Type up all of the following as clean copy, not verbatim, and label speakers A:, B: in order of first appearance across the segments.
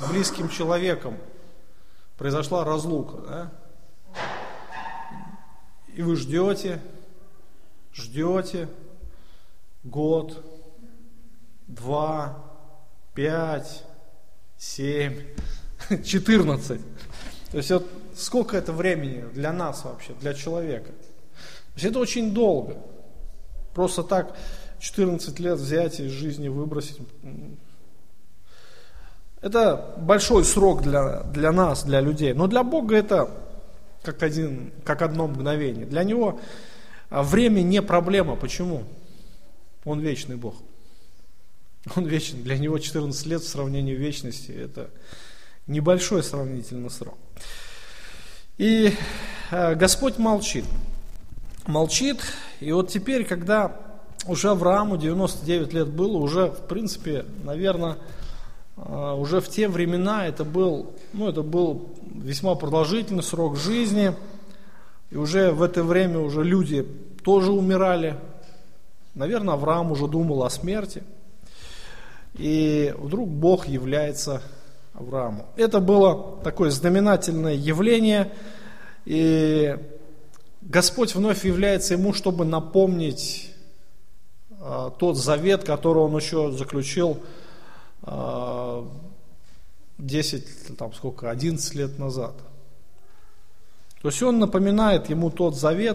A: близким человеком произошла разлука, да? И вы ждете год, 2, 5, 7, 14. То есть вот сколько это времени для нас вообще, для человека? То есть это очень долго. Просто так 14 лет взять и из жизни выбросить. Это большой срок для нас, для людей. Но для Бога это как одно мгновение. Для Него время не проблема. Почему? Он вечный Бог. Он вечный. Для Него 14 лет в сравнении вечности это небольшой сравнительный срок. И Господь молчит. Молчит. И вот теперь, когда уже Аврааму 99 лет было, уже в принципе, наверное, уже в те времена это был весьма продолжительный срок жизни. И уже в это время уже люди тоже умирали. Наверное, Авраам уже думал о смерти. И вдруг Бог является Аврааму. Это было такое знаменательное явление. И Господь вновь является ему, чтобы напомнить тот завет, который он еще заключил 11 лет назад. То есть он напоминает ему тот завет,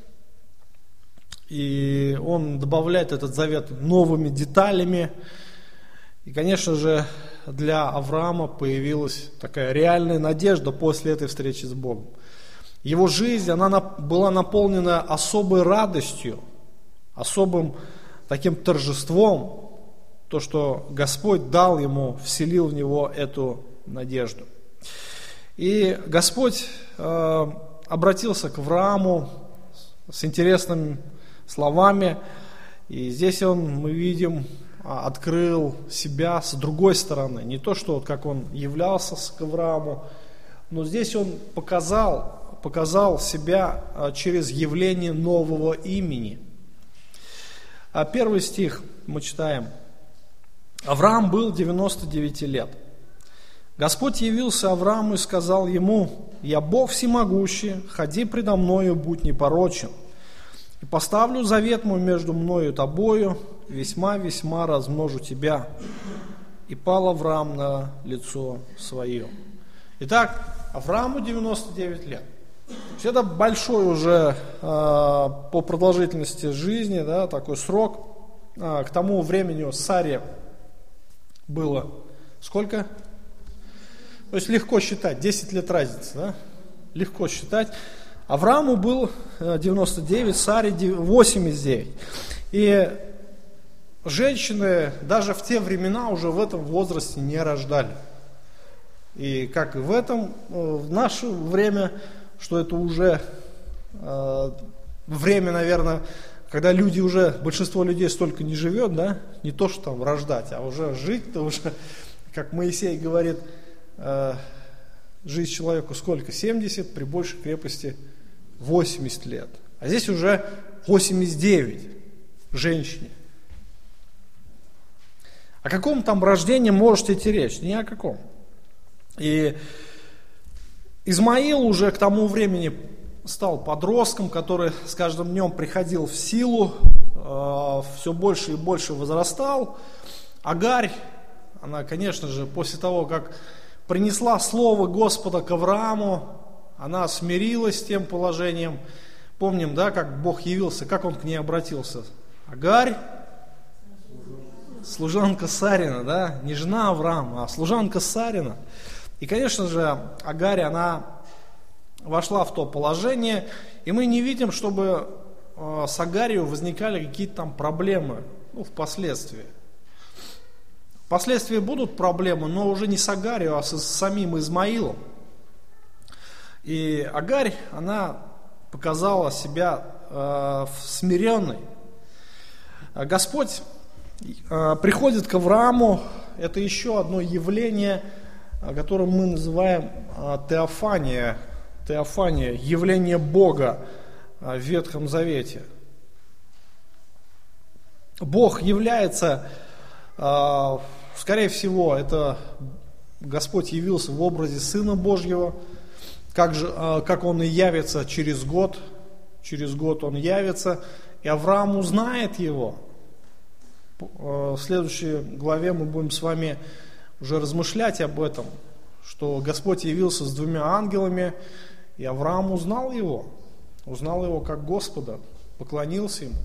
A: и он добавляет этот завет новыми деталями. И, конечно же, для Авраама появилась такая реальная надежда после этой встречи с Богом. Его жизнь, она была наполнена особой радостью, особым таким торжеством, то, что Господь дал ему, вселил в него эту надежду. И Господь обратился к Аврааму с интересными словами, и здесь мы видим, открыл себя с другой стороны. Не то, что как он являлся к Аврааму, но здесь он показал себя через явление нового имени. Первый стих мы читаем. Авраам был 99 лет. Господь явился Аврааму и сказал ему: «Я Бог всемогущий, ходи предо мною, будь непорочен. И поставлю завет мой между мною и тобою, весьма-весьма размножу тебя». И пал Авраам на лицо свое. Итак, Аврааму 99 лет. Это большой уже по продолжительности жизни, да, такой срок. К тому времени Саре было сколько? То есть легко считать, 10 лет разницы, да? Легко считать. Аврааму был 99, Саре 89. И женщины даже в те времена уже в этом возрасте не рождали. И как и в наше время, что это уже время, наверное, когда большинство людей столько не живет, да, не то, что там рождать, а уже жить-то уже, как Моисей говорит, жизнь человеку сколько? 70, при большей крепости 80 лет. А здесь уже 89 женщине. О каком там рождении можете идти речь? Ни о каком. И Измаил уже к тому времени стал подростком, который с каждым днем приходил в силу, все больше и больше возрастал. Агарь, она, конечно же, после того, как принесла слово Господа к Аврааму, она смирилась с тем положением. Помним, да, как Бог явился, как он к ней обратился. Агарь, служанка Сарина, да, не жена Авраама, а служанка Сарина. И, конечно же, Агарь, она вошла в то положение, и мы не видим, чтобы с Агарью возникали какие-то там проблемы, впоследствии. Впоследствии будут проблемы, но уже не с Агарью, а с самим Измаилом. И Агарь, она показала себя смиренной. Господь приходит к Аврааму, это еще одно явление, которое мы называем теофания, явление Бога в Ветхом Завете. Бог является, скорее всего, это Господь явился в образе Сына Божьего, как Он и явится через год Он явится, и Авраам узнает Его. В следующей главе мы будем с вами уже размышлять об этом, что Господь явился с 2 ангелами, и Авраам узнал Его как Господа, поклонился Ему.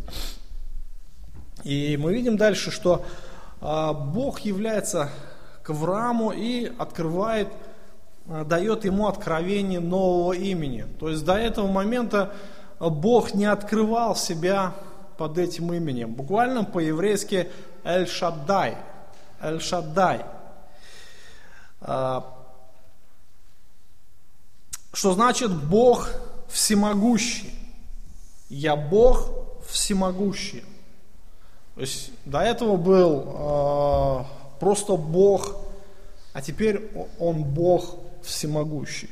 A: И мы видим дальше, что Бог является к Аврааму и открывает, дает ему откровение нового имени. То есть до этого момента Бог не открывал себя под этим именем. Буквально по-еврейски Эль-Шаддай. Эль-Шаддай. Что значит Бог всемогущий? Я Бог всемогущий. То есть до этого был просто Бог, а теперь Он Бог всемогущий.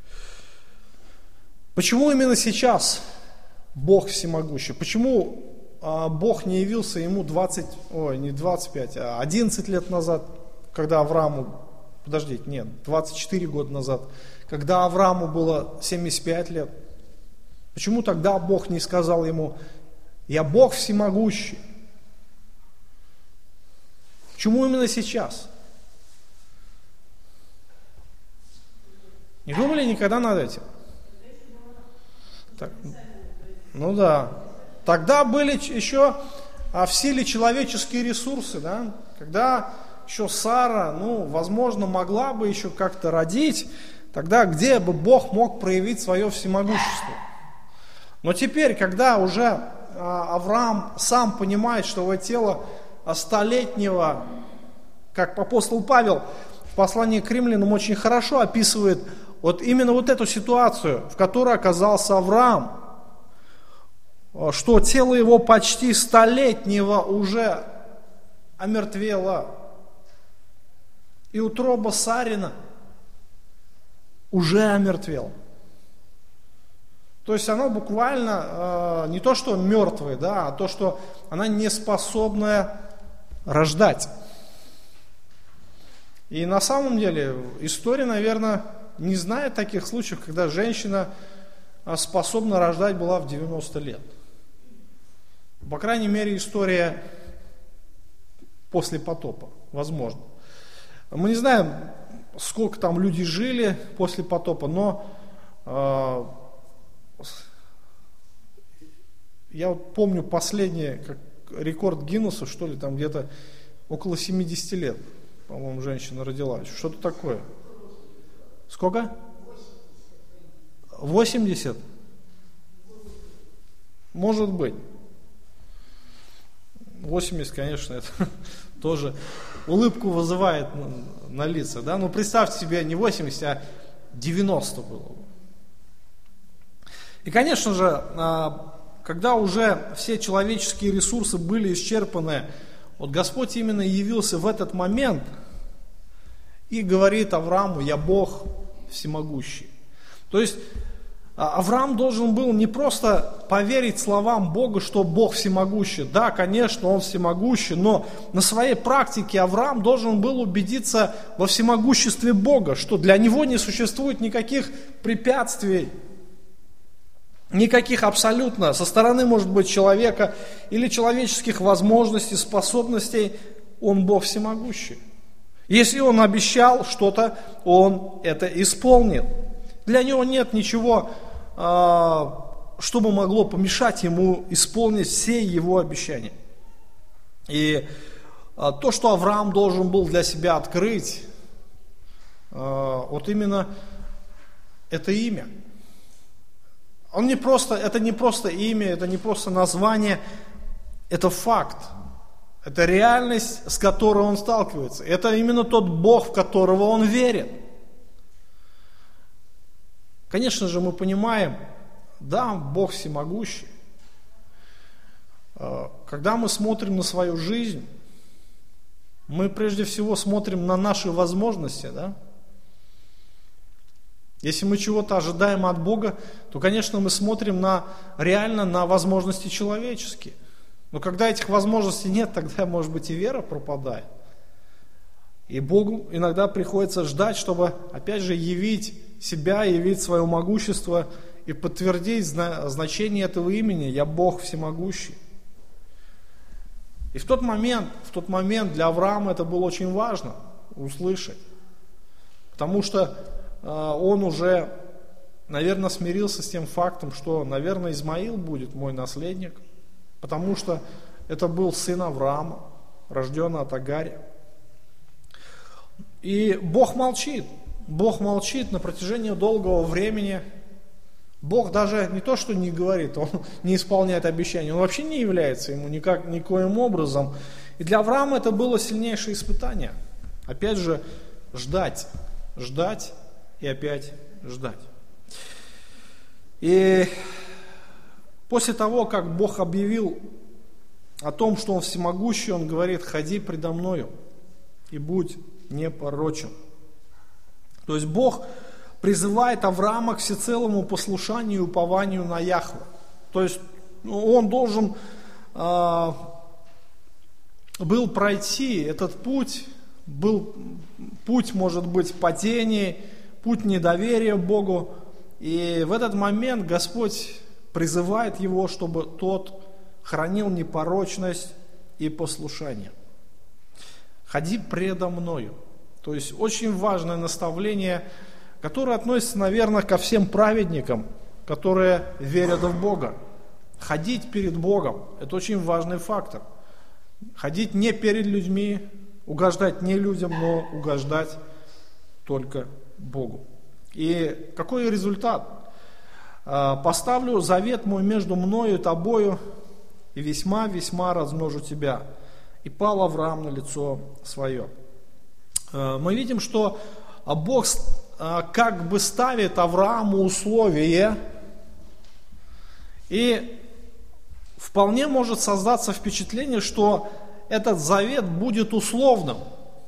A: Почему именно сейчас Бог всемогущий? Почему Бог не явился ему 11 лет назад, когда Аврааму, 24 года назад, когда Аврааму было 75 лет? Почему тогда Бог не сказал ему: я Бог всемогущий? Почему именно сейчас? Не думали никогда над этим? Так, ну да. Тогда были еще в силе человеческие ресурсы, да? Когда еще Сара, возможно, могла бы еще как-то родить, тогда где бы Бог мог проявить свое всемогущество? Но теперь, когда уже Авраам сам понимает, что его тело столетнего, как апостол Павел в послании к римлянам очень хорошо описывает именно эту ситуацию, в которой оказался Авраам, что тело его почти столетнего уже омертвело, и утроба Сарина уже омертвела. То есть она буквально не то, что мертвая, а то, что она не способная рождать. И на самом деле история, наверное, не знает таких случаев, когда женщина способна рождать была в 90 лет. По крайней мере, история после потопа, возможно. Мы не знаем, сколько там люди жили после потопа, но я помню последний рекорд Гиннесса, что ли, там где-то около 70 лет, по-моему, женщина родила. Что-то такое. Сколько? 80? Может быть. 80, конечно, это тоже улыбку вызывает на лицах, да? Но представьте себе, не 80, а 90 было. И, конечно же, когда уже все человеческие ресурсы были исчерпаны, Господь именно явился в этот момент и говорит Аврааму: я Бог всемогущий. То есть Авраам должен был не просто поверить словам Бога, что Бог всемогущий. Да, конечно, Он всемогущий, но на своей практике Авраам должен был убедиться во всемогуществе Бога, что для него не существует никаких препятствий, никаких абсолютно со стороны, может быть, человека или человеческих возможностей, способностей. Он Бог всемогущий. Если Он обещал что-то, Он это исполнит. Для Него нет ничего, что бы могло помешать Ему исполнить все Его обещания. И то, что Авраам должен был для себя открыть, именно это имя. Это не просто имя, это не просто название, это факт. Это реальность, с которой он сталкивается. Это именно тот Бог, в которого он верит. Конечно же, мы понимаем, да, Бог всемогущий. Когда мы смотрим на свою жизнь, мы прежде всего смотрим на наши возможности, да? Если мы чего-то ожидаем от Бога, то, конечно, мы смотрим реально на возможности человеческие. Но когда этих возможностей нет, тогда, может быть, и вера пропадает. И Богу иногда приходится ждать, чтобы опять же явить себя, явить свое могущество и подтвердить значение этого имени «Я Бог всемогущий». И в тот момент для Авраама это было очень важно услышать, потому что он уже, наверное, смирился с тем фактом, что, наверное, Измаил будет мой наследник, потому что это был сын Авраама, рожденный от Агари. И Бог молчит на протяжении долгого времени. Бог даже не то, что не говорит, Он не исполняет обещания, Он вообще не является Ему никоим образом. И для Авраама это было сильнейшее испытание. Опять же, ждать и опять ждать. И после того, как Бог объявил о том, что Он всемогущий, Он говорит: «Ходи предо мною и будь непорочен». То есть Бог призывает Авраама к всецелому послушанию и упованию на Яхве. То есть он должен был пройти этот путь, может быть, падений, путь недоверия Богу. И в этот момент Господь призывает его, чтобы тот хранил непорочность и послушание. «Ходи предо мною». То есть очень важное наставление, которое относится, наверное, ко всем праведникам, которые верят в Бога. Ходить перед Богом – это очень важный фактор. Ходить не перед людьми, угождать не людям, но угождать только Богу. И какой результат? «Поставлю завет мой между мною и тобою, и весьма размножу тебя». И пал Авраам на лицо свое. Мы видим, что Бог как бы ставит Аврааму условие, и вполне может создаться впечатление, что этот завет будет условным.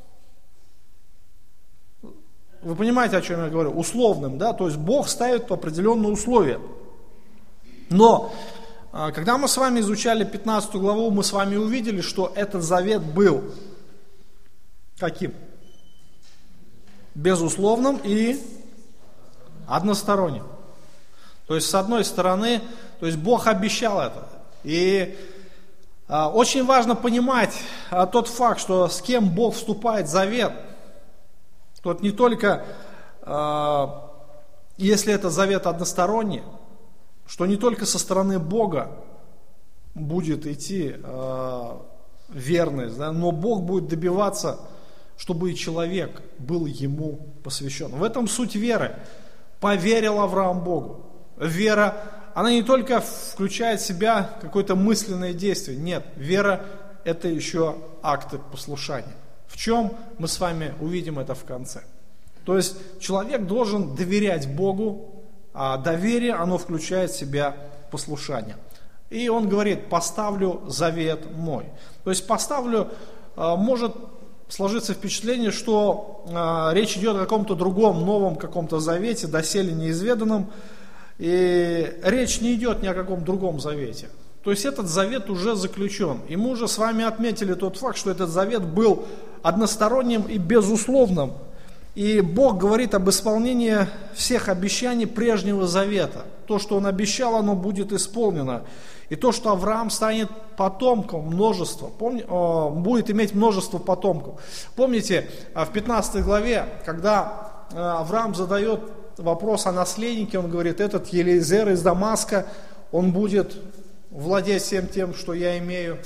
A: Вы понимаете, о чем я говорю? Условным, да? То есть Бог ставит определенные условия. Но когда мы с вами изучали 15 главу, мы с вами увидели, что этот завет был каким? Безусловным и односторонним. То есть, с одной стороны, то есть Бог обещал это. И очень важно понимать тот факт, что с кем Бог вступает в завет. Тот не только, если это завет односторонний, что не только со стороны Бога будет идти верность, да, но Бог будет добиваться, чтобы и человек был Ему посвящен. В этом суть веры. Поверил Авраам Богу. Вера, она не только включает в себя какое-то мысленное действие. Нет, вера – это еще акты послушания. В чем мы с вами увидим это в конце. То есть человек должен доверять Богу, а доверие, оно включает в себя послушание. И он говорит: поставлю завет мой. То есть поставлю, может сложиться впечатление, что речь идет о каком-то другом, новом каком-то завете, доселе неизведанном. И речь не идет ни о каком другом завете. То есть этот завет уже заключен. И мы уже с вами отметили тот факт, что этот завет был односторонним и безусловным. И Бог говорит об исполнении всех обещаний прежнего завета. То, что Он обещал, оно будет исполнено. И то, что Авраам станет потомком множества, будет иметь множество потомков. Помните, в 15 главе, когда Авраам задает вопрос о наследнике, он говорит: этот Елиезер из Дамаска, он будет владеть всем тем, что я имею.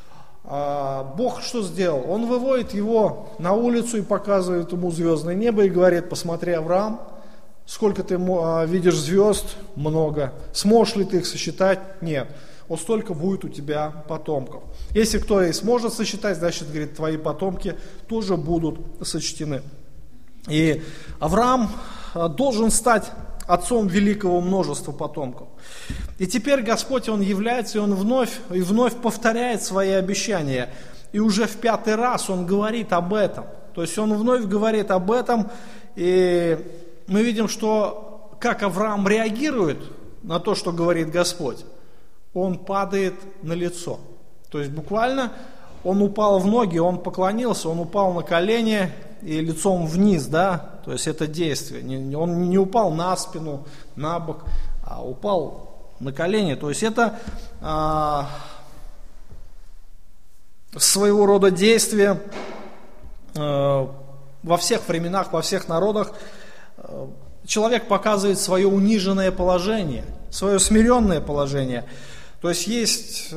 A: Бог что сделал? Он выводит его на улицу и показывает ему звездное небо и говорит: посмотри, Авраам, сколько ты видишь звезд? Много. Сможешь ли ты их сосчитать? Нет. Вот столько будет у тебя потомков. Если кто и сможет сосчитать, значит, говорит, твои потомки тоже будут сочтены. И Авраам должен стать отцом великого множества потомков. И теперь Господь, Он является, и Он вновь повторяет свои обещания. И уже в 5-й раз Он говорит об этом. То есть Он вновь говорит об этом, и мы видим, что как Авраам реагирует на то, что говорит Господь. Он падает на лицо. То есть буквально он упал в ноги, он поклонился, он упал на колени и лицом вниз, да, то есть это действие. Он не упал на спину, на бок, а упал на колени. То есть это своего рода действие во всех временах, во всех народах. Человек показывает свое униженное положение, свое смиренное положение. То есть есть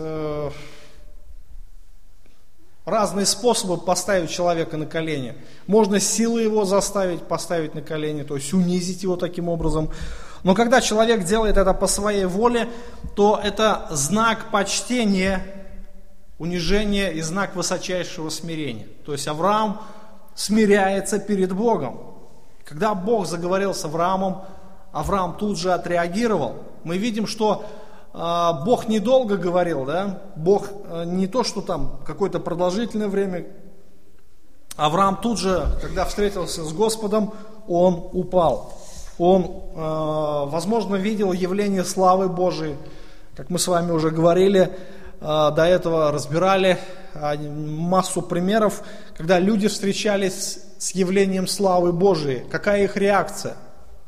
A: разные способы поставить человека на колени. Можно силой его заставить поставить на колени, то есть унизить его таким образом. Но когда человек делает это по своей воле, то это знак почтения, унижения и знак высочайшего смирения. То есть Авраам смиряется перед Богом. Когда Бог заговорил с Авраамом, Авраам тут же отреагировал. Мы видим, что Бог недолго говорил, да? Бог не то, что там какое-то продолжительное время. Авраам тут же, когда встретился с Господом, он упал. Он, возможно, видел явление славы Божией. Как мы с вами уже говорили, до этого разбирали массу примеров, когда люди встречались с явлением славы Божией. Какая их реакция?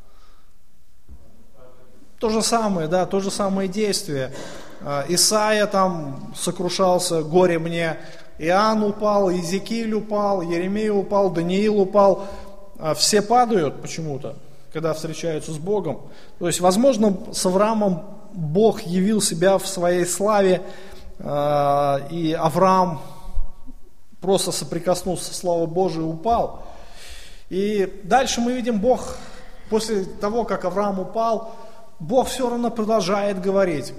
A: То же самое, да, то же самое действие. Исаия там сокрушался, горе мне. Иоанн упал, Иезекииль упал, Еремия упал, Даниил упал. Все падают почему-то, когда встречаются с Богом. То есть, возможно, с Авраамом Бог явил себя в своей славе, и Авраам просто соприкоснулся со славой Божией и упал. И дальше мы видим, Бог, после того, как Авраам упал, Бог все равно продолжает говорить.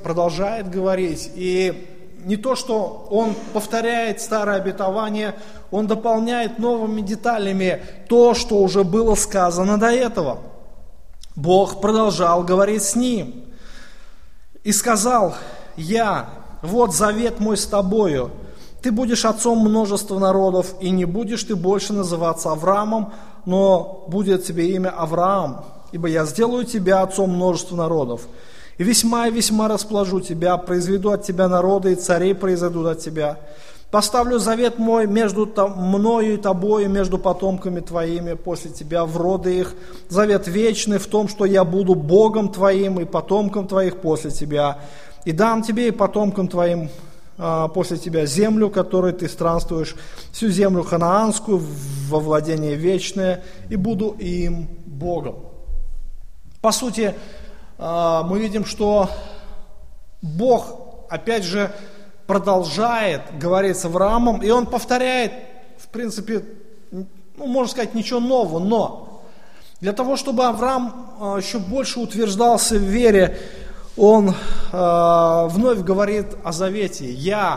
A: И не то, что Он повторяет старое обетование, Он дополняет новыми деталями то, что уже было сказано до этого. Бог продолжал говорить с ним. И сказал: вот завет мой с тобою. Ты будешь отцом множества народов, и не будешь ты больше называться Авраамом, но будет тебе имя Авраам. Ибо я сделаю тебя отцом множества народов. И весьма расположу тебя, произведу от тебя народы, и цари произойдут от тебя. Поставлю завет мой между мною и тобою, между потомками твоими после тебя в роды их. Завет вечный в том, что я буду Богом твоим и потомкам твоих после тебя. И дам тебе и потомкам твоим после тебя землю, которой ты странствуешь, всю землю ханаанскую во владение вечное, и буду им Богом. По сути, мы видим, что Бог, опять же, продолжает говорить с Авраамом, и он повторяет, в принципе, можно сказать, ничего нового, но для того, чтобы Авраам еще больше утверждался в вере, он вновь говорит о завете.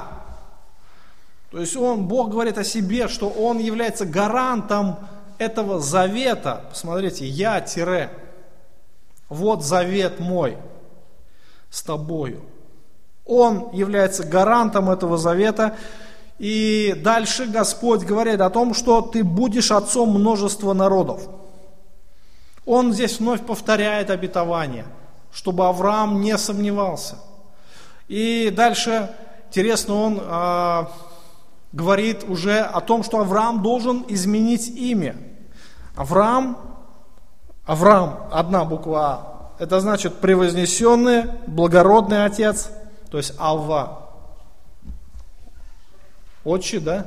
A: То есть Бог говорит о себе, что Он является гарантом этого завета. Посмотрите, вот завет мой с тобою. Он является гарантом этого завета. И дальше Господь говорит о том, что ты будешь отцом множества народов. Он здесь вновь повторяет обетование, чтобы Авраам не сомневался. И дальше, интересно, он говорит уже о том, что Авраам должен изменить имя. Авраам, одна буква А, это значит превознесенный, благородный отец, то есть Авва. Отче, да?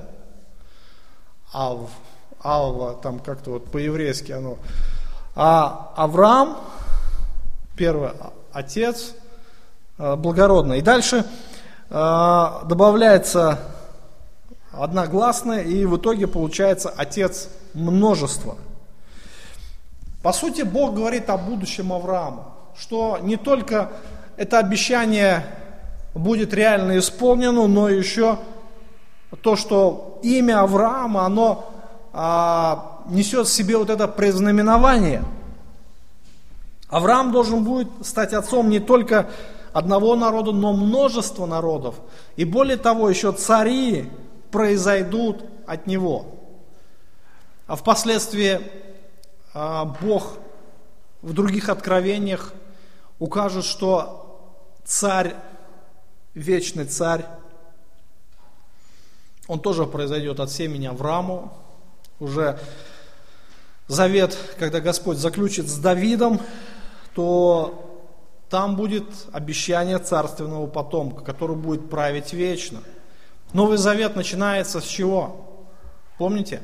A: Алва, там как-то вот по-еврейски оно. А Авраам, первый отец, благородный. И дальше добавляется одна гласная, и в итоге получается отец множества. По сути, Бог говорит о будущем Авраама, что не только это обещание будет реально исполнено, но еще то, что имя Авраама, оно несет в себе вот это предзнаменование. Авраам должен будет стать отцом не только одного народа, но множества народов. И более того, еще цари произойдут от него. А впоследствии Бог в других откровениях укажет, что царь, вечный царь, он тоже произойдет от семени Аврааму. Уже завет, когда Господь заключит с Давидом, то там будет обещание царственного потомка, который будет править вечно. Новый Завет начинается с чего? Помните?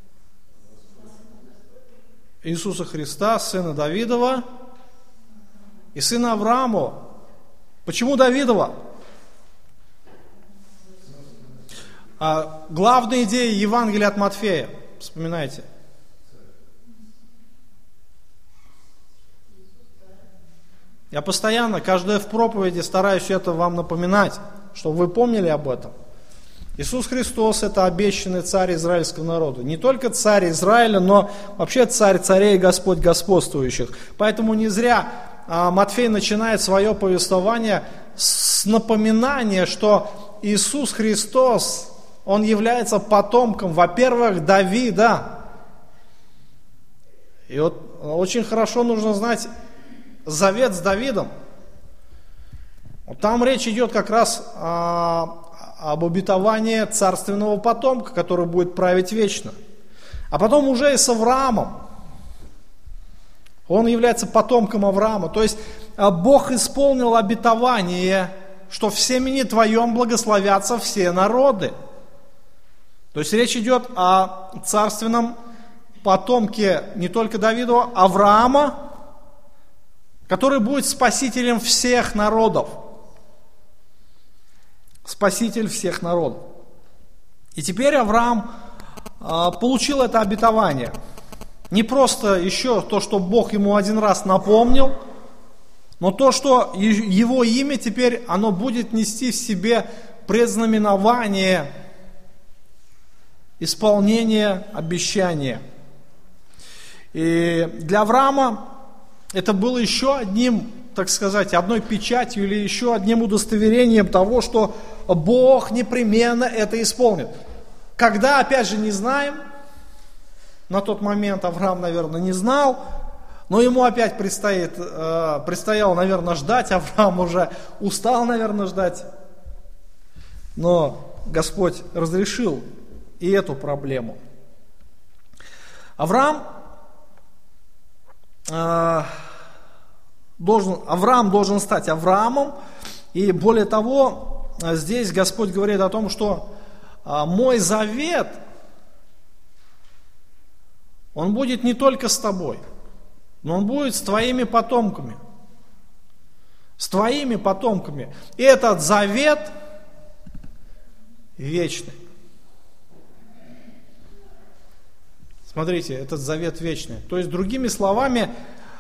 A: Иисуса Христа, сына Давидова и сына Авраамова. Почему Давидова? Главная идея Евангелия от Матфея. Вспоминайте. Я постоянно, каждая в проповеди стараюсь это вам напоминать, чтобы вы помнили об этом. Иисус Христос – это обещанный царь израильского народа. Не только царь Израиля, но вообще царь царей и Господь господствующих. Поэтому не зря Матфей начинает свое повествование с напоминания, что Иисус Христос, Он является потомком, во-первых, Давида. И вот очень хорошо нужно знать завет с Давидом. Вот там речь идет как раз об обетовании царственного потомка, который будет править вечно. А потом уже и с Авраамом. Он является потомком Авраама. То есть Бог исполнил обетование, что в семени твоем благословятся все народы. То есть речь идет о царственном потомке не только Давида, Авраама, который будет спасителем всех народов. Спаситель всех народов. И теперь Авраам получил это обетование. Не просто еще то, что Бог ему один раз напомнил, но то, что его имя теперь, оно будет нести в себе предзнаменование исполнения обещания. И для Авраама это было еще одним, так сказать, одной печатью или еще одним удостоверением того, что Бог непременно это исполнит. Когда, опять же, не знаем, на тот момент Авраам, наверное, не знал, но ему опять предстояло, наверное, ждать, Авраам уже устал, наверное, ждать. Но Господь разрешил и эту проблему. Авраам должен стать Авраамом, и более того, здесь Господь говорит о том, что мой завет, он будет не только с тобой, но он будет с твоими потомками. С твоими потомками. И этот завет вечный. Смотрите, этот завет вечный. То есть, другими словами,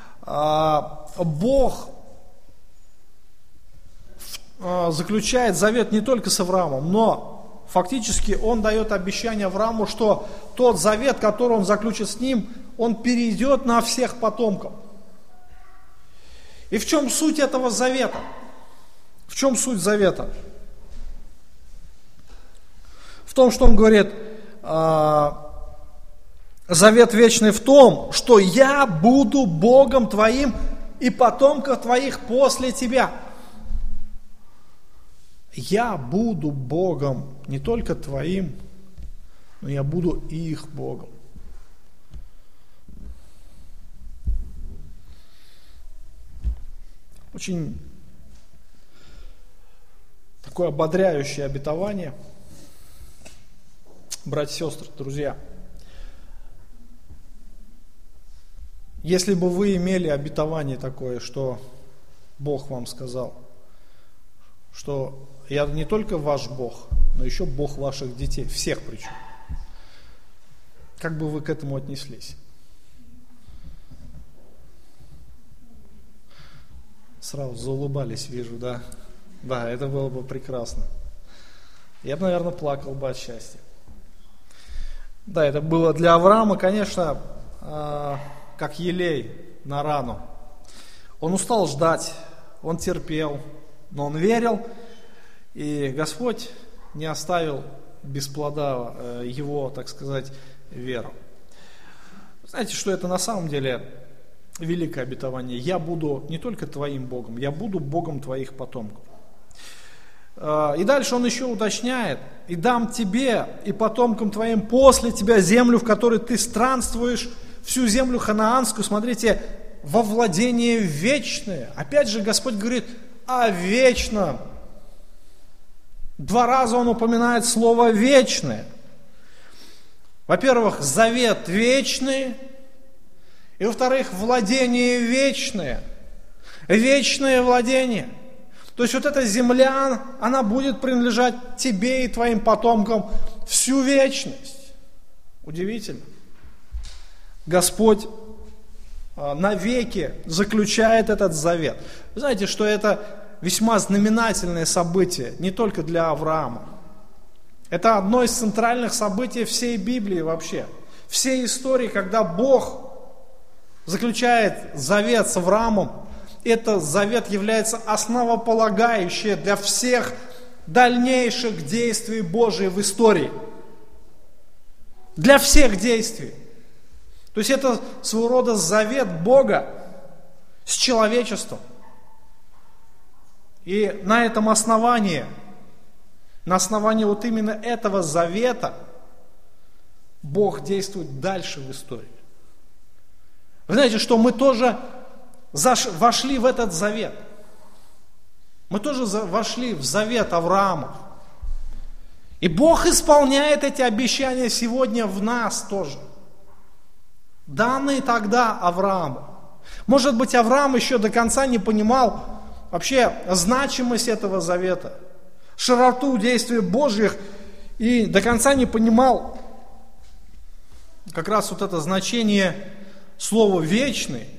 A: Бог заключает завет не только с Авраамом, но фактически Он дает обещание Аврааму, что тот завет, который Он заключит с ним, он перейдет на всех потомков. И в чем суть этого завета? В чем суть завета? В том, что Он говорит, завет вечный в том, что я буду Богом твоим и потомков твоих после тебя. Я буду Богом не только твоим, но я буду их Богом. Очень такое ободряющее обетование. Братья и сестры, друзья, если бы вы имели обетование такое, что Бог вам сказал, что я не только ваш Бог, но еще Бог ваших детей, всех причем, как бы вы к этому отнеслись? Сразу заулыбались, вижу, да. Да, это было бы прекрасно. Я бы, наверное, плакал бы от счастья. Да, это было для Авраама, конечно, как елей на рану. Он устал ждать, он терпел, но он верил, и Господь не оставил без плода его, так сказать, веру. Знаете, что это на самом деле великое обетование? Я буду не только твоим Богом, я буду Богом твоих потомков. И дальше он еще уточняет: «И дам тебе и потомкам твоим после тебя землю, в которой ты странствуешь, всю землю ханаанскую». Смотрите, во владение вечное. Опять же Господь говорит о вечном. 2 раза Он упоминает слово «вечное». Во-первых, завет вечный, и во-вторых, владение вечное. Вечное владение. То есть вот эта земля, она будет принадлежать тебе и твоим потомкам всю вечность. Удивительно. Господь навеки заключает этот завет. Вы знаете, что это весьма знаменательное событие не только для Авраама. Это одно из центральных событий всей Библии вообще. Всей истории, когда Бог заключает завет с Авраамом, этот завет является основополагающим для всех дальнейших действий Божьих в истории. Для всех действий. То есть это своего рода завет Бога с человечеством. И на этом основании, на основании вот именно этого завета, Бог действует дальше в истории. Вы знаете, что мы тоже вошли в этот завет. Мы тоже вошли в завет Авраама. И Бог исполняет эти обещания сегодня в нас тоже. Данные тогда Аврааму. Может быть, Авраам еще до конца не понимал вообще значимость этого завета, широту действий Божьих, и до конца не понимал как раз вот это значение слова «вечный».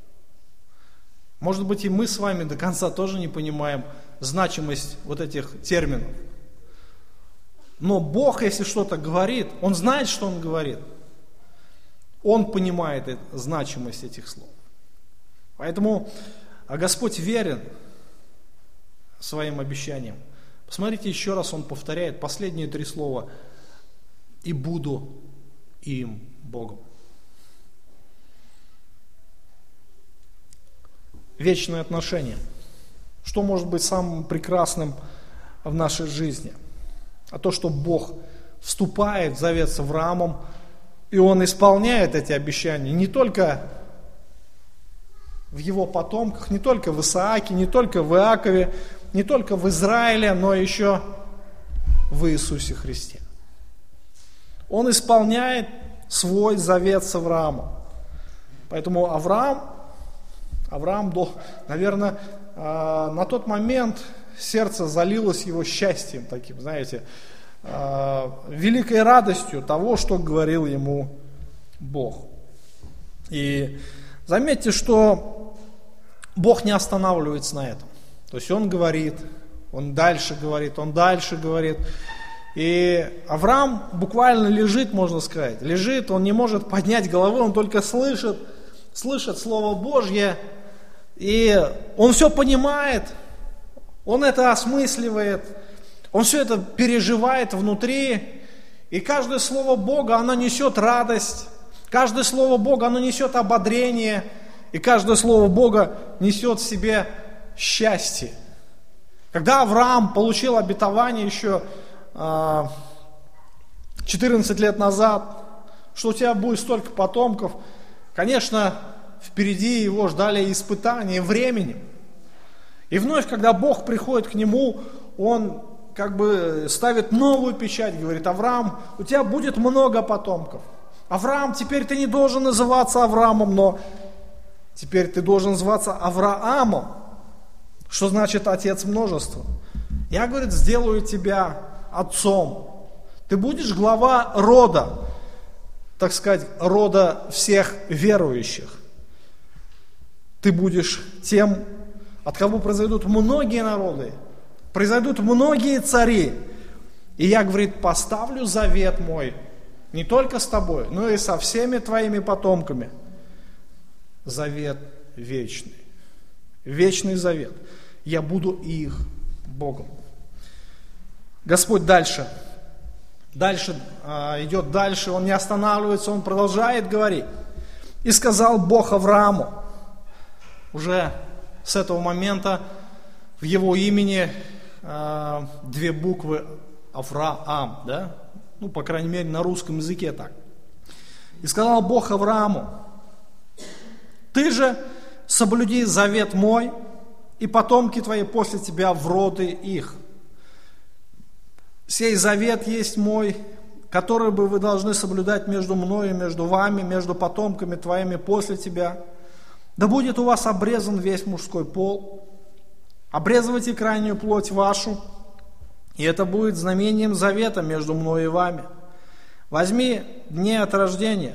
A: Может быть, и мы с вами до конца тоже не понимаем значимость вот этих терминов. Но Бог, если что-то говорит, Он знает, что Он говорит. Он понимает значимость этих слов. Поэтому Господь верен своим обещаниям. Посмотрите, еще раз Он повторяет последние 3 слова: «И буду им Богом». Вечные отношения. Что может быть самым прекрасным в нашей жизни? А то, что Бог вступает в завет с Авраамом, и Он исполняет эти обещания не только в его потомках, не только в Исааке, не только в Иакове, не только в Израиле, но еще в Иисусе Христе. Он исполняет свой завет с Авраамом. Поэтому Авраам, наверное, на тот момент сердце залилось его счастьем таким, знаете, великой радостью того, что говорил ему Бог. И заметьте, что Бог не останавливается на этом. То есть Он говорит, Он дальше говорит, Он дальше говорит. И Авраам буквально лежит, можно сказать, лежит, он не может поднять головы, он только слышит Слово Божье, и он все понимает, он это осмысливает, он все это переживает внутри, и каждое слово Бога, оно несет радость, каждое слово Бога, оно несет ободрение, и каждое слово Бога несет в себе счастье. Когда Авраам получил обетование еще 14 лет назад, что у тебя будет столько потомков, конечно, впереди его ждали испытания времени. И вновь, когда Бог приходит к нему, Он как бы ставит новую печать, говорит: Авраам, у тебя будет много потомков. Авраам, теперь ты не должен называться Авраамом, но теперь ты должен называться Авраамом, что значит отец множества. Я, говорит, сделаю тебя отцом. Ты будешь глава рода, так сказать, рода всех верующих. Ты будешь тем, от кого произойдут многие народы, произойдут многие цари. И я, говорит, поставлю завет мой не только с тобой, но и со всеми твоими потомками. Завет вечный. Вечный завет. Я буду их Богом. Господь идет дальше, Он не останавливается, Он продолжает говорить. И сказал Бог Аврааму, уже с этого момента в его имени две буквы Авраам, да? Ну, по крайней мере, на русском языке так. И сказал Бог Аврааму: ты же соблюди завет мой, и потомки твои после тебя в роды их. Сей завет есть мой, который бы вы должны соблюдать между мною, между вами, между потомками твоими после тебя. Да будет у вас обрезан весь мужской пол. Обрезывайте крайнюю плоть вашу, и это будет знамением завета между мной и вами. 8 дней от рождения,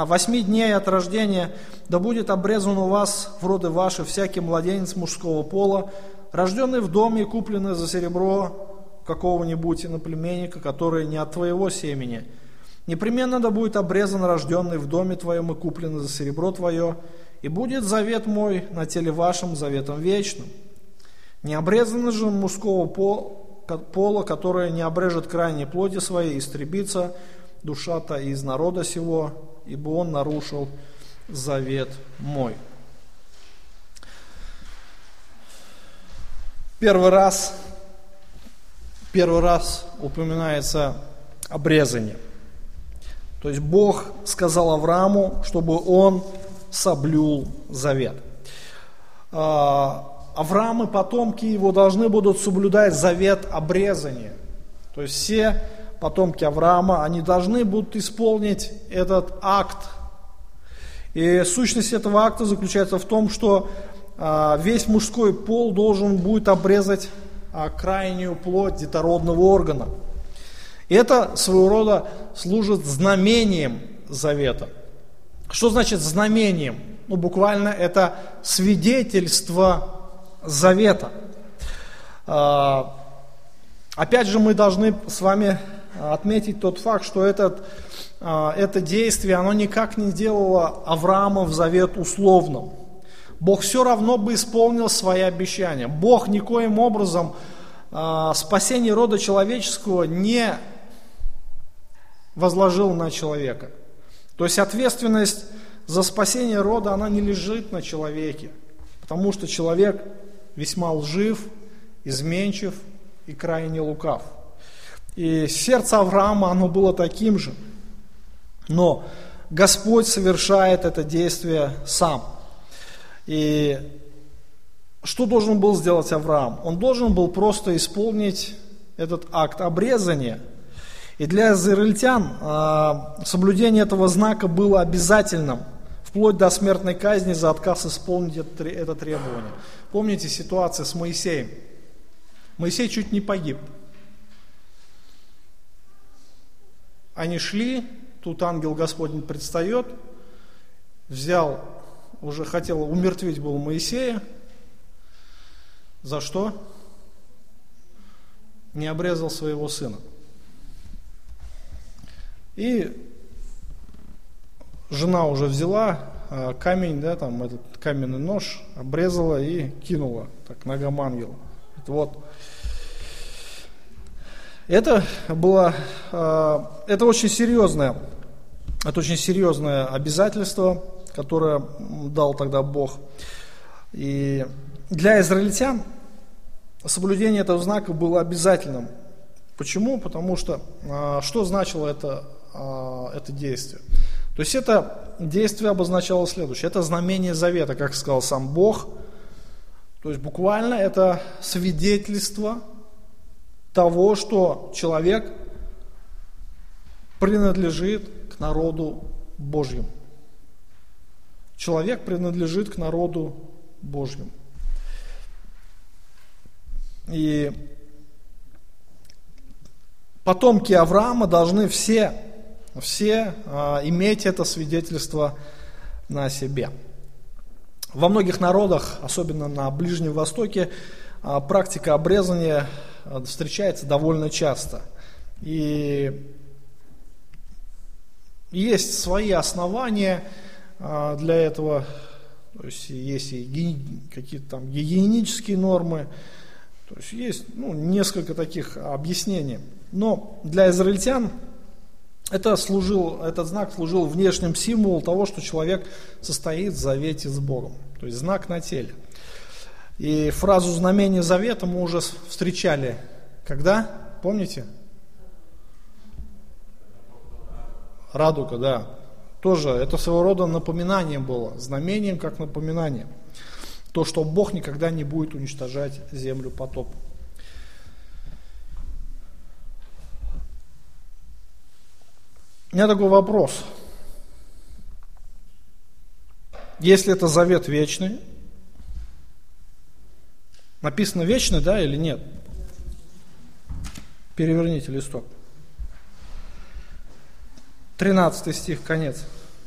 A: да будет обрезан у вас в роды ваши всякий младенец мужского пола, рожденный в доме и купленный за серебро какого-нибудь иноплеменника, который не от твоего семени. Непременно да будет обрезан рожденный в доме твоем и купленный за серебро твое, и будет завет мой на теле вашем заветом вечным. Не обрезанный же мужского пола, который не обрежет крайней плоти своей, истребится душа-то из народа сего, ибо он нарушил завет мой. Первый раз упоминается обрезание. То есть Бог сказал Аврааму, чтобы он соблюл завет. Авраам и потомки его должны будут соблюдать завет обрезания. То есть все потомки Авраама, они должны будут исполнить этот акт. И сущность этого акта заключается в том, что весь мужской пол должен будет обрезать крайнюю плоть детородного органа. И это своего рода служит знамением завета. Что значит знамением? Ну, буквально это свидетельство завета. Опять же, мы должны с вами отметить тот факт, что это действие, оно никак не делало Авраама в завет условным. Бог все равно бы исполнил свои обещания. Бог никоим образом спасение рода человеческого не возложил на человека. То есть ответственность за спасение рода, она не лежит на человеке, потому что человек весьма лжив, изменчив и крайне лукав. И сердце Авраама, оно было таким же. Но Господь совершает это действие сам. И что должен был сделать Авраам? Он должен был просто исполнить этот акт обрезания. И для израильтян соблюдение этого знака было обязательным, вплоть до смертной казни за отказ исполнить это требование. Помните ситуацию с Моисеем? Моисей чуть не погиб. Они шли, тут ангел Господень предстает, уже хотел умертвить был Моисея. За что? Не обрезал своего сына. И жена уже взяла камень, этот каменный нож, обрезала и кинула так ногам ангела. Вот. Это очень серьезное обязательство, которое дал тогда Бог. И для израильтян соблюдение этого знака было обязательным. Почему? Потому что что значило это действие? То есть это действие обозначало следующее. Это знамение завета, как сказал сам Бог. То есть буквально это свидетельство того, что человек принадлежит к народу Божьему. Человек принадлежит к народу Божьему. И потомки Авраама должны все иметь это свидетельство на себе. Во многих народах, особенно на Ближнем Востоке, практика обрезания встречается довольно часто. И есть свои основания для этого, то есть есть и какие-то там гигиенические нормы, то есть есть несколько таких объяснений. Но для израильтян этот знак служил внешним символом того, что человек состоит в завете с Богом, то есть знак на теле. И фразу «знамение завета» мы уже встречали. Когда? Помните? Радуга, да. Тоже это своего рода напоминание было. Знамением как напоминание. То, что Бог никогда не будет уничтожать землю потопом. У меня такой вопрос. Если это завет вечный, написано вечный, да или нет? Переверните листок. 13 стих, конец.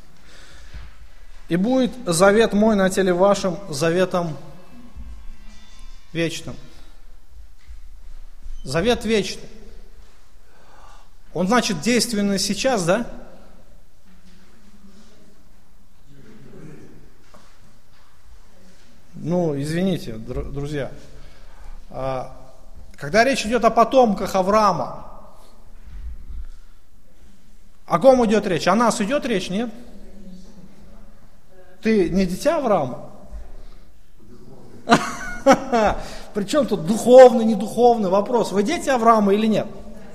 A: «И будет завет мой на теле вашем заветом вечным». Завет вечный. Он, значит, действенный сейчас, да? Ну, извините, друзья. Когда речь идет о потомках Авраама, о ком идет речь? О нас идет речь, нет? Ты не дитя Авраама? Причем тут духовный, недуховный вопрос. Вы дети Авраама или нет?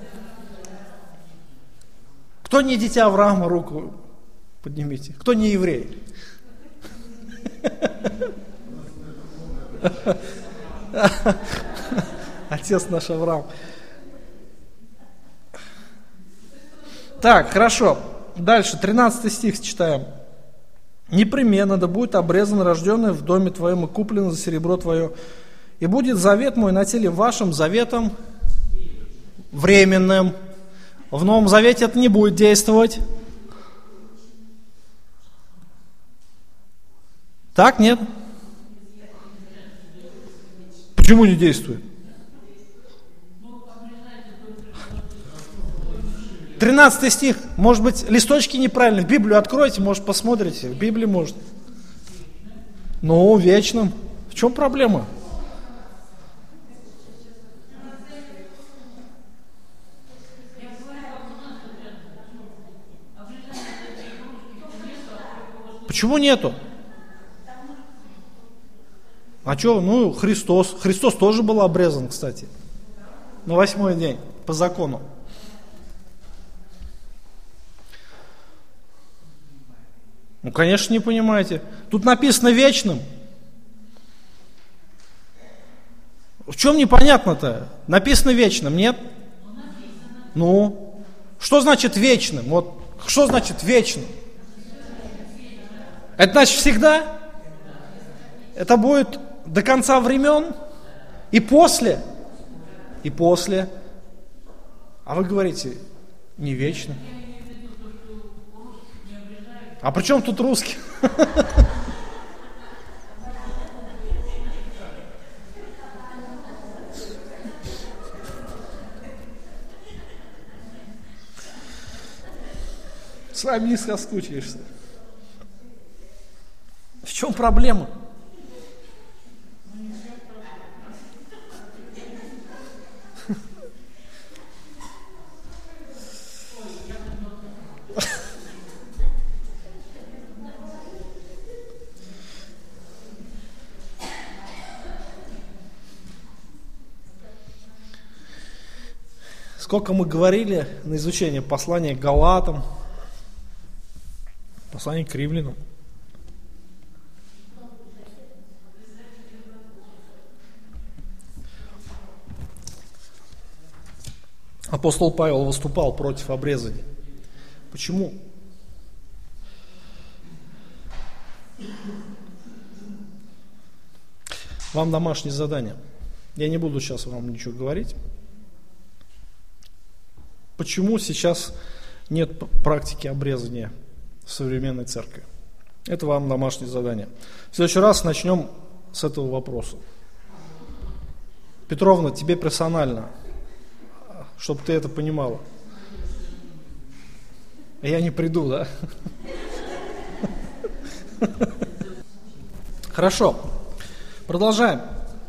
A: Кто не дитя Авраама, руку поднимите. Кто не еврей? Отец наш Авраам. Так, хорошо. Дальше, 13 стих читаем. «Непременно да будет обрезан рожденный в доме твоем и куплен за серебро твое, и будет завет мой на теле вашим заветом временным». В Новом Завете это не будет действовать. Так, нет? Почему не действует? 13 стих. Может быть, листочки неправильные. Библию откройте, может, посмотрите. В Библии может. Ну, вечным. В чем проблема? Почему нету? А что? Ну, Христос. Христос тоже был обрезан, кстати. На 8-й день, по закону. Ну, конечно, не понимаете. Тут написано вечным. В чем непонятно-то? Написано вечным, нет? Ну, что значит вечным? Вот, что значит вечным? Это значит всегда? Это будет до конца времен? И после? И после? А вы говорите, не вечно. А при чем тут русский? С вами не соскучишься. В чем проблема? Сколько мы говорили на изучение послания к Галатам, послания к Римлянам. Апостол Павел выступал против обрезания. Почему? Вам домашнее задание. Я не буду сейчас вам ничего говорить. Почему сейчас нет практики обрезания в современной церкви? Это вам домашнее задание. В следующий раз начнем с этого вопроса. Петровна, тебе персонально, чтобы ты это понимала. Я не приду, да? Хорошо. Продолжаем.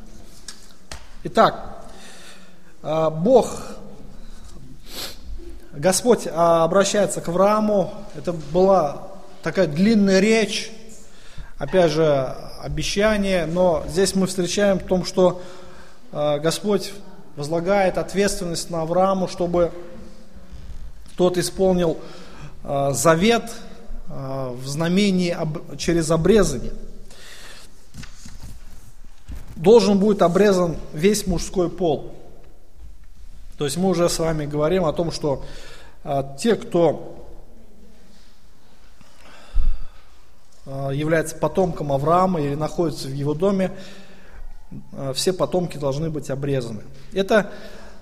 A: Итак, Господь обращается к Аврааму. Это была такая длинная речь. опять же, обещание, но здесь мы встречаем в том, что Господь возлагает ответственность на Аврааму, чтобы тот исполнил завет в знамении через обрезание. Должен будет обрезан весь мужской пол. То есть мы уже с вами говорим о том, что те, кто является потомком Авраама или находится в его доме, все потомки должны быть обрезаны. Это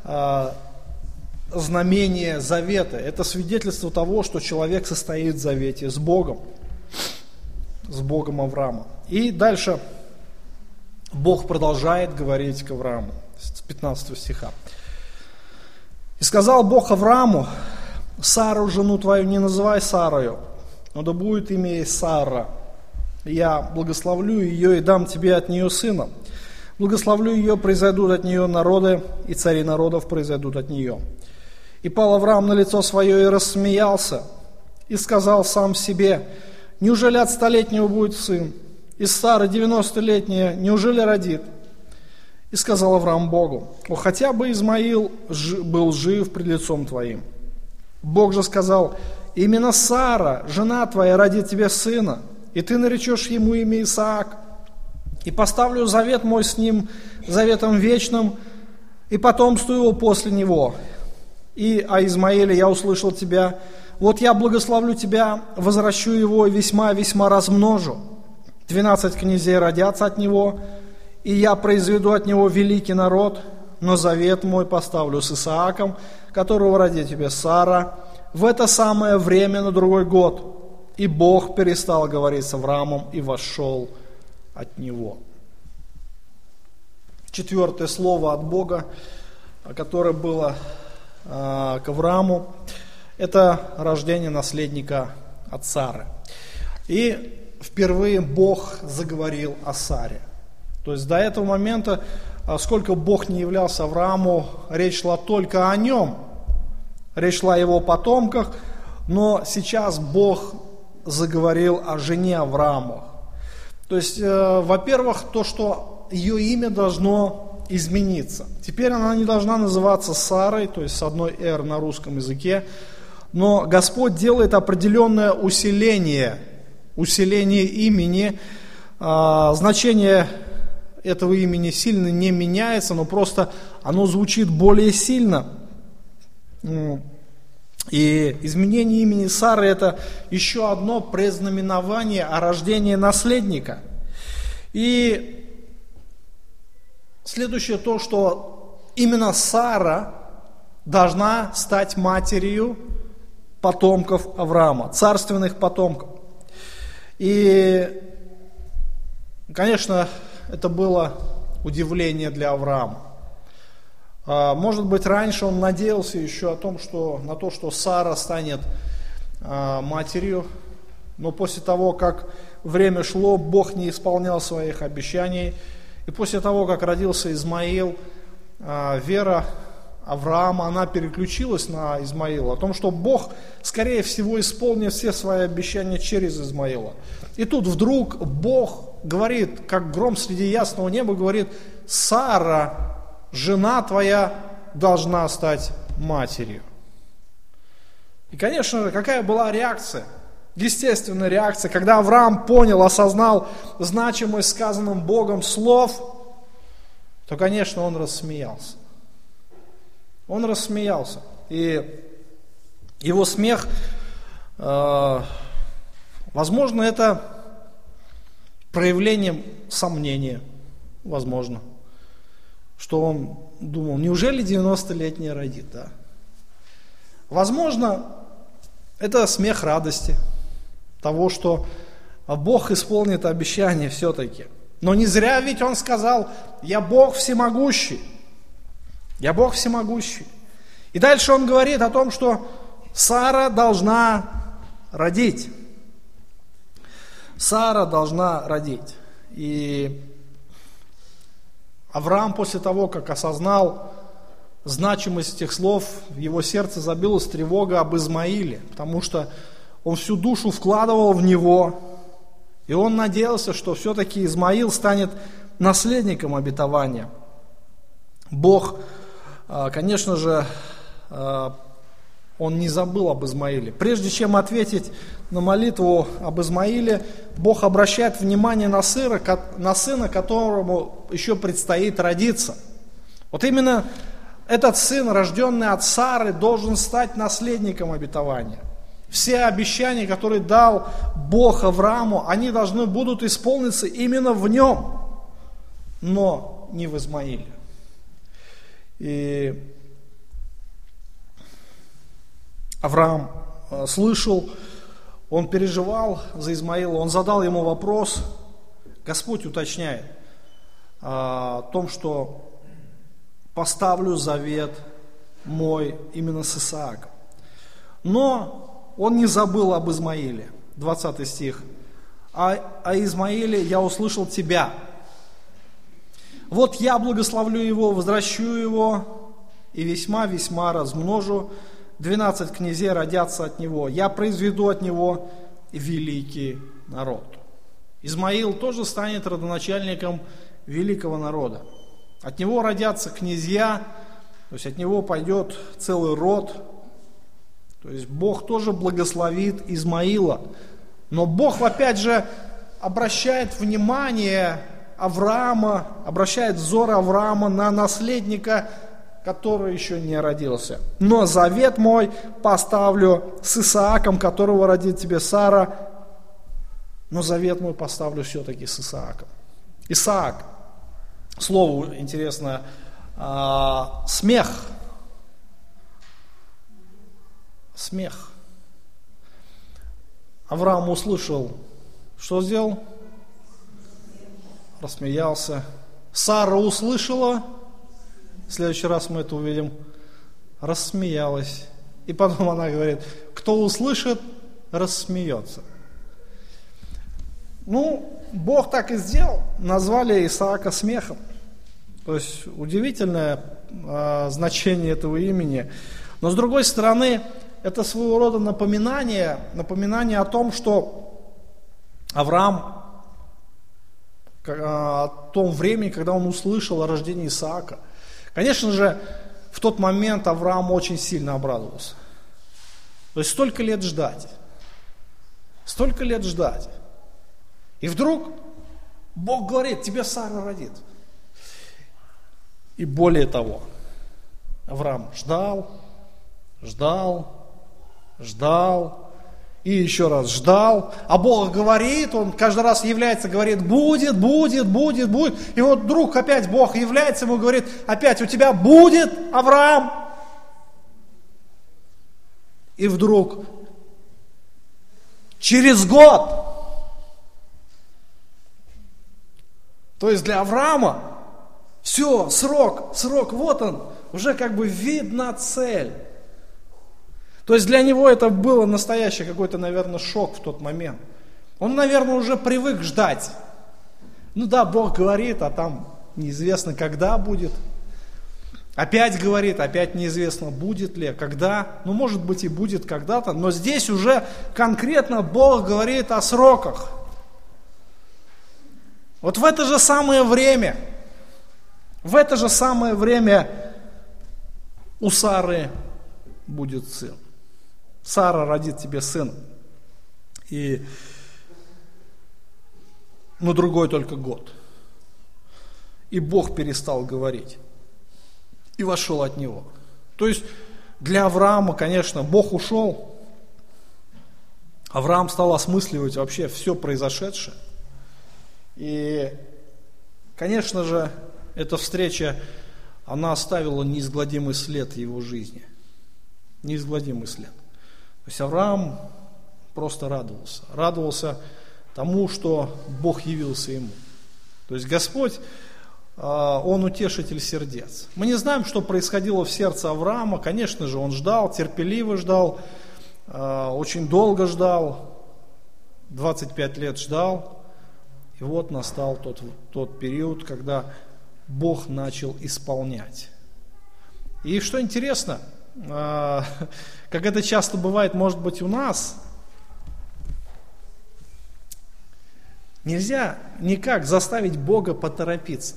A: знамение завета, это свидетельство того, что человек состоит в завете с Богом Авраама. И дальше Бог продолжает говорить к Аврааму с 15 стиха. «И сказал Бог Аврааму: Сару, жену твою, не называй Сарою, но да будет имя ей Сара. Я благословлю ее и дам тебе от нее сына. Благословлю ее, произойдут от нее народы, и цари народов произойдут от нее. И пал Авраам на лицо свое и рассмеялся, и сказал сам себе: неужели от 100-летнего будет сын? Из Сары 90-летняя неужели родит? И сказал Авраам Богу: о, хотя бы Измаил был жив пред лицом твоим. Бог же сказал: именно Сара, жена твоя, родит тебе сына, и ты наречешь ему имя Исаак. И поставлю завет мой с ним, заветом вечным, и потомству его после него. И о Измаиле я услышал тебя, вот я благословлю тебя, возвращу его и весьма-весьма размножу. 12 князей родятся от него, и я произведу от него великий народ, но завет мой поставлю с Исааком, которого родит тебе Сара, в это самое время на другой год. И Бог перестал говорить с Авраамом и вошел от него». Четвертое слово от Бога, которое было к Аврааму, это рождение наследника от Сары. И впервые Бог заговорил о Саре. То есть до этого момента, сколько Бог не являлся Аврааму, речь шла только о нем, речь шла о его потомках, но сейчас Бог заговорил о жене Авраама. То есть, во-первых, то, что ее имя должно измениться. Теперь она не должна называться Сарой, то есть с одной «р» на русском языке, но Господь делает определенное усиление имени. Значение этого имени сильно не меняется, но просто оно звучит более сильно. И изменение имени Сары – это еще одно предзнаменование о рождении наследника. И следующее то, что именно Сара должна стать матерью потомков Авраама, царственных потомков. И, конечно, это было удивление для Авраама. Может быть, раньше он надеялся еще на то, что Сара станет матерью, но после того, как время шло, Бог не исполнял своих обещаний, и после того, как родился Измаил, вера Авраама, она переключилась на Измаила, о том, что Бог, скорее всего, исполнит все свои обещания через Измаила. И тут вдруг Бог говорит, как гром среди ясного неба, говорит: Сара, жена твоя, должна стать матерью. И, конечно, какая была реакция? Естественная реакция, когда Авраам понял, осознал значимость сказанным Богом слов, то, конечно, он рассмеялся. Он рассмеялся. И его смех, возможно, это проявлением сомнения, возможно. Что он думал, неужели 90-летняя родит, да? Возможно, это смех радости, того, что Бог исполнит обещание все-таки. Но не зря ведь он сказал: я Бог всемогущий. Я Бог всемогущий. И дальше он говорит о том, что Сара должна родить. Сара должна родить. И Авраам после того, как осознал значимость этих слов, в его сердце забилась тревога об Измаиле, потому что он всю душу вкладывал в него, И он надеялся, что все-таки Измаил станет наследником обетования. Бог, конечно же, он не забыл об Измаиле. Прежде чем ответить на молитву об Измаиле, Бог обращает внимание на сына, которому еще предстоит родиться. Вот именно этот сын, рожденный от Сары, должен стать наследником обетования. Все обещания, которые дал Бог Аврааму, они должны будут исполниться именно в нем, но не в Измаиле. И Авраам слышал, он переживал за Измаила, он задал ему вопрос. Господь уточняет о том, что поставлю завет мой именно с Исааком. Но он не забыл об Измаиле. 20 стих. О Измаиле я услышал тебя. Вот я благословлю его, возвращу его и весьма-весьма размножу. 12 князей родятся от него. Я произведу от него великий народ. Измаил тоже станет родоначальником великого народа. От него родятся князья, то есть от него пойдет целый род. То есть Бог тоже благословит Измаила. Но Бог, опять же, обращает внимание Авраама, обращает взор Авраама на наследника, который еще не родился. Но завет мой поставлю с Исааком, которого родит тебе Сара. Но завет мой поставлю все-таки с Исааком. Исаак. Слово интересно. Смех. Смех. Авраам услышал, что сделал? Рассмеялся. Сара услышала. В следующий раз мы это увидим. Рассмеялась. И потом она говорит, кто услышит, рассмеется. Бог так и сделал. Назвали Исаака смехом. То есть удивительное значение этого имени. Но с другой стороны, это своего рода напоминание о том, что Авраам, о том времени, когда он услышал о рождении Исаака. Конечно же, в тот момент Авраам очень сильно обрадовался. То есть столько лет ждать. И вдруг Бог говорит, тебе Сара родит. И более того, Авраам ждал, и еще раз ждал, а Бог говорит, Он каждый раз является, говорит, будет. И вот вдруг опять Бог является, ему говорит, опять у тебя будет, Авраам. И вдруг, через год, то есть для Авраама, все, срок, вот он, уже как бы видна цель. То есть для него это было настоящий какой-то, наверное, шок в тот момент. Он, наверное, уже привык ждать. Бог говорит, а там неизвестно, когда будет. Опять говорит, опять неизвестно, будет ли, когда. Может быть, и будет когда-то. Но здесь уже конкретно Бог говорит о сроках. Вот в это же самое время у Сары будет сын. Сара родит тебе сына. И другой только год. И Бог перестал говорить. И вошел от него. То есть для Авраама, конечно, Бог ушел. Авраам стал осмысливать вообще все произошедшее. И, конечно же, эта встреча, она оставила неизгладимый след в его жизни. Неизгладимый след. То есть Авраам просто радовался тому, что Бог явился ему. То есть Господь, Он утешитель сердец. Мы не знаем, что происходило в сердце Авраама. Конечно же, он ждал, терпеливо ждал, очень долго ждал, 25 лет ждал. И вот настал тот период, когда Бог начал исполнять. И что интересно, как это часто бывает, может быть, у нас, Нельзя никак заставить Бога поторопиться.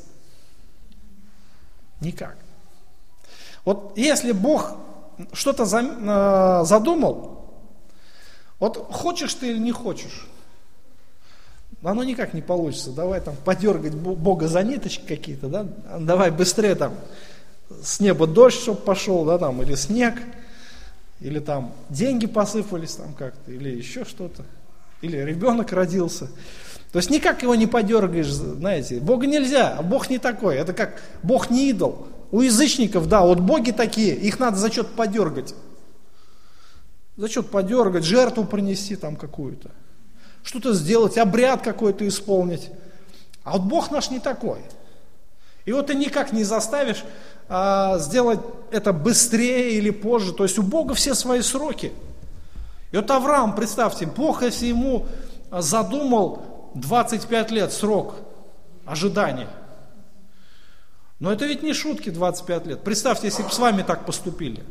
A: Никак. Вот если Бог что-то задумал, вот хочешь ты или не хочешь, оно никак не получится. Давай там подергать Бога за ниточки какие-то, да? Давай быстрее там с неба дождь, чтобы пошел, да, там, или снег, или там деньги посыпались там как-то, или еще что-то, или ребенок родился. То есть никак его не подергаешь, знаете, Бога нельзя, а Бог не такой, это как Бог не идол. У язычников, да, вот боги такие, их надо за что-то подергать. За что-то подергать, жертву принести там какую-то, что-то сделать, обряд какой-то исполнить. А вот Бог наш не такой. И вот ты никак не заставишь сделать это быстрее или позже. То есть у Бога все свои сроки. И вот Авраам, представьте, Бог, если ему задумал 25 лет срок ожидания, но это ведь не шутки 25 лет. Представьте, если бы с вами так поступили.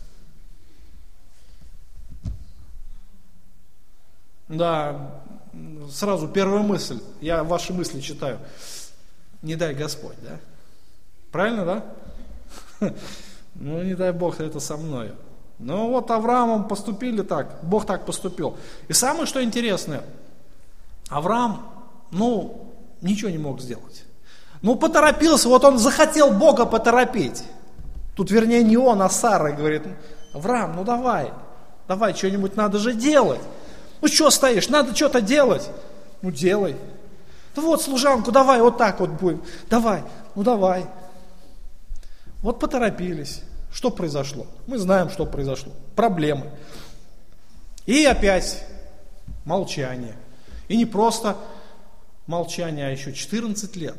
A: Да, сразу первая мысль, я ваши мысли читаю. Не дай Господь, да? Правильно, да? Ну, не дай Бог, это со мною. Ну, вот Авраамом поступили так, Бог так поступил. И самое, что интересное, Авраам, ничего не мог сделать. Поторопился, вот он захотел Бога поторопить. Тут, вернее, не он, а Сара говорит: Авраам, давай, что-нибудь надо же делать. Что стоишь, надо что-то делать. Делай. Да вот, служанку, давай, вот так вот будем. Давай. Вот поторопились. Что произошло? Мы знаем, что произошло. Проблемы. И опять молчание. И не просто молчание, а еще 14 лет.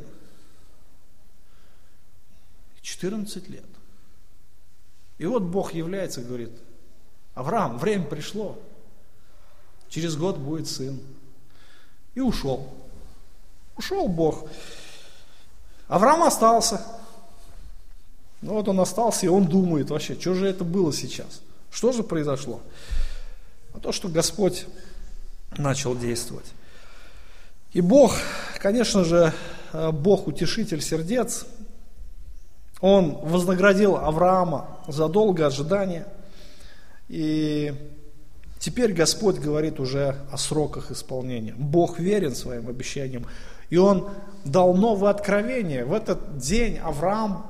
A: 14 лет. И вот Бог является и говорит: Авраам, время пришло. Через год будет сын. И ушел. Ушел Бог. Авраам остался. Вот он остался, и он думает вообще, что же это было сейчас? Что же произошло? А то, что Господь начал действовать. И Бог, конечно же, Бог утешитель сердец, Он вознаградил Авраама за долгое ожидание. И теперь Господь говорит уже о сроках исполнения. Бог верен своим обещаниям. И Он дал новое откровение. В этот день Авраам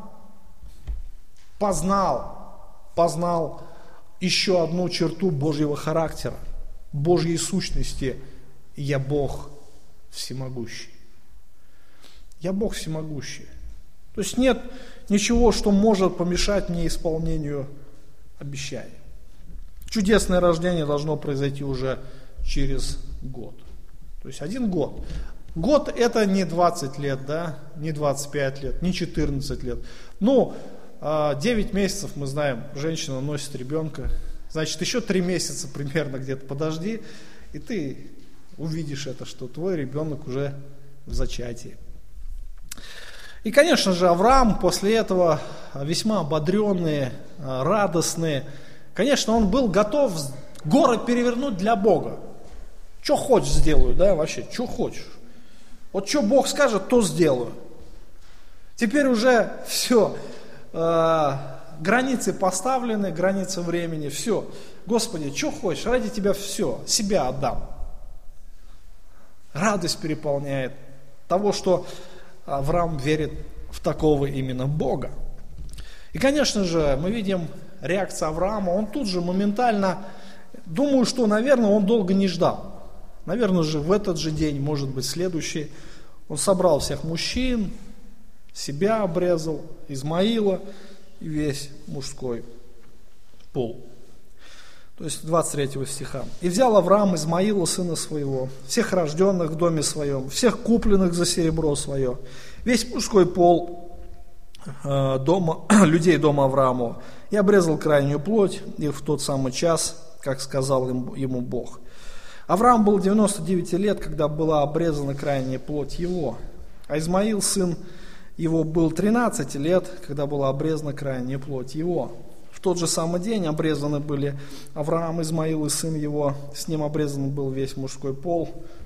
A: познал еще одну черту Божьего характера, Божьей сущности. Я Бог всемогущий. Я Бог всемогущий. То есть нет ничего, что может помешать мне исполнению обещаний. Чудесное рождение должно произойти уже через год. То есть 1 год. Год это не 20 лет, да, не 25 лет, не 14 лет. 9 месяцев, мы знаем, женщина носит ребенка. Значит, еще 3 месяца примерно где-то подожди, и ты увидишь это, что твой ребенок уже в зачатии. И, конечно же, Авраам после этого весьма ободренный, радостный. Конечно, он был готов горы перевернуть для Бога. Что хочешь сделаю, да, вообще, что хочешь. Вот что Бог скажет, то сделаю. Теперь уже все, границы поставлены, границы времени, все. Господи, что хочешь, ради Тебя все, себя отдам. Радость переполняет того, что Авраам верит в такого именно Бога. И, конечно же, мы видим реакцию Авраама, он тут же моментально, думаю, что, наверное, он долго не ждал. Наверное же, в этот же день, может быть, следующий, он собрал всех мужчин, себя обрезал, Измаила и весь мужской пол. То есть 23 стиха. «И взял Авраам Измаила, сына своего, всех рожденных в доме своем, всех купленных за серебро свое, весь мужской пол людей дома Авраамова, и обрезал крайнюю плоть их в тот самый час, как сказал ему Бог. Авраам был 99 лет, когда была обрезана крайняя плоть его, а Измаил, сын его, был 13 лет, когда была обрезана крайняя плоть его. В тот же самый день обрезаны были Авраам, Измаил и сын его, с ним обрезан был весь мужской пол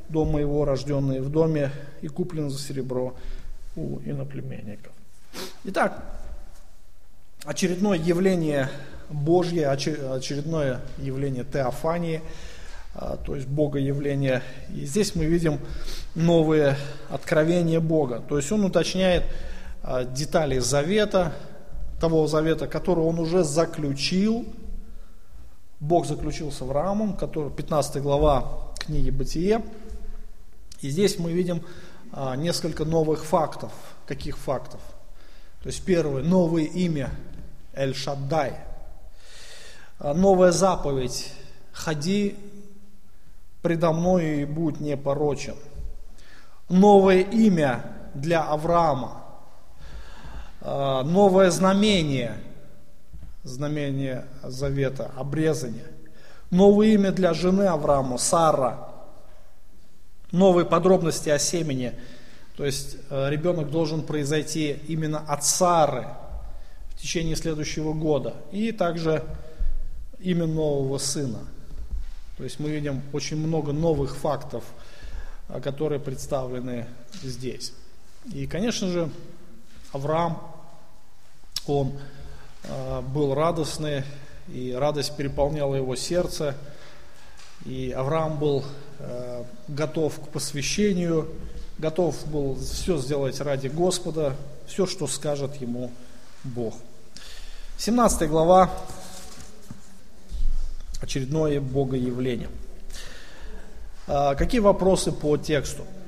A: дом моего, рожденный в доме и куплен за серебро у иноплеменников. Итак, очередное явление Божье, очередное явление теофании, то есть Богоявление. И здесь мы видим новые откровения Бога. То есть Он уточняет детали завета, того завета, который Он уже заключил. Бог заключил с Авраамом, 15 глава книги Бытие. И здесь мы видим несколько новых фактов. Каких фактов? То есть первое, новое имя Эль-Шаддай. Новая заповедь: ходи предо мной и будь непорочен. Новое имя для Авраама. Новое знамение завета, обрезание. Новое имя для жены Авраама, Сара. Новые подробности о семени. То есть ребенок должен произойти именно от Сары в течение следующего года. И также имя нового сына. То есть мы видим очень много новых фактов, которые представлены здесь. И, конечно же, Авраам, он был радостный, и радость переполняла его сердце. И Авраам был готов к посвящению, готов был все сделать ради Господа, все, что скажет ему Бог. 17 глава, очередное Богоявление. Какие вопросы по тексту?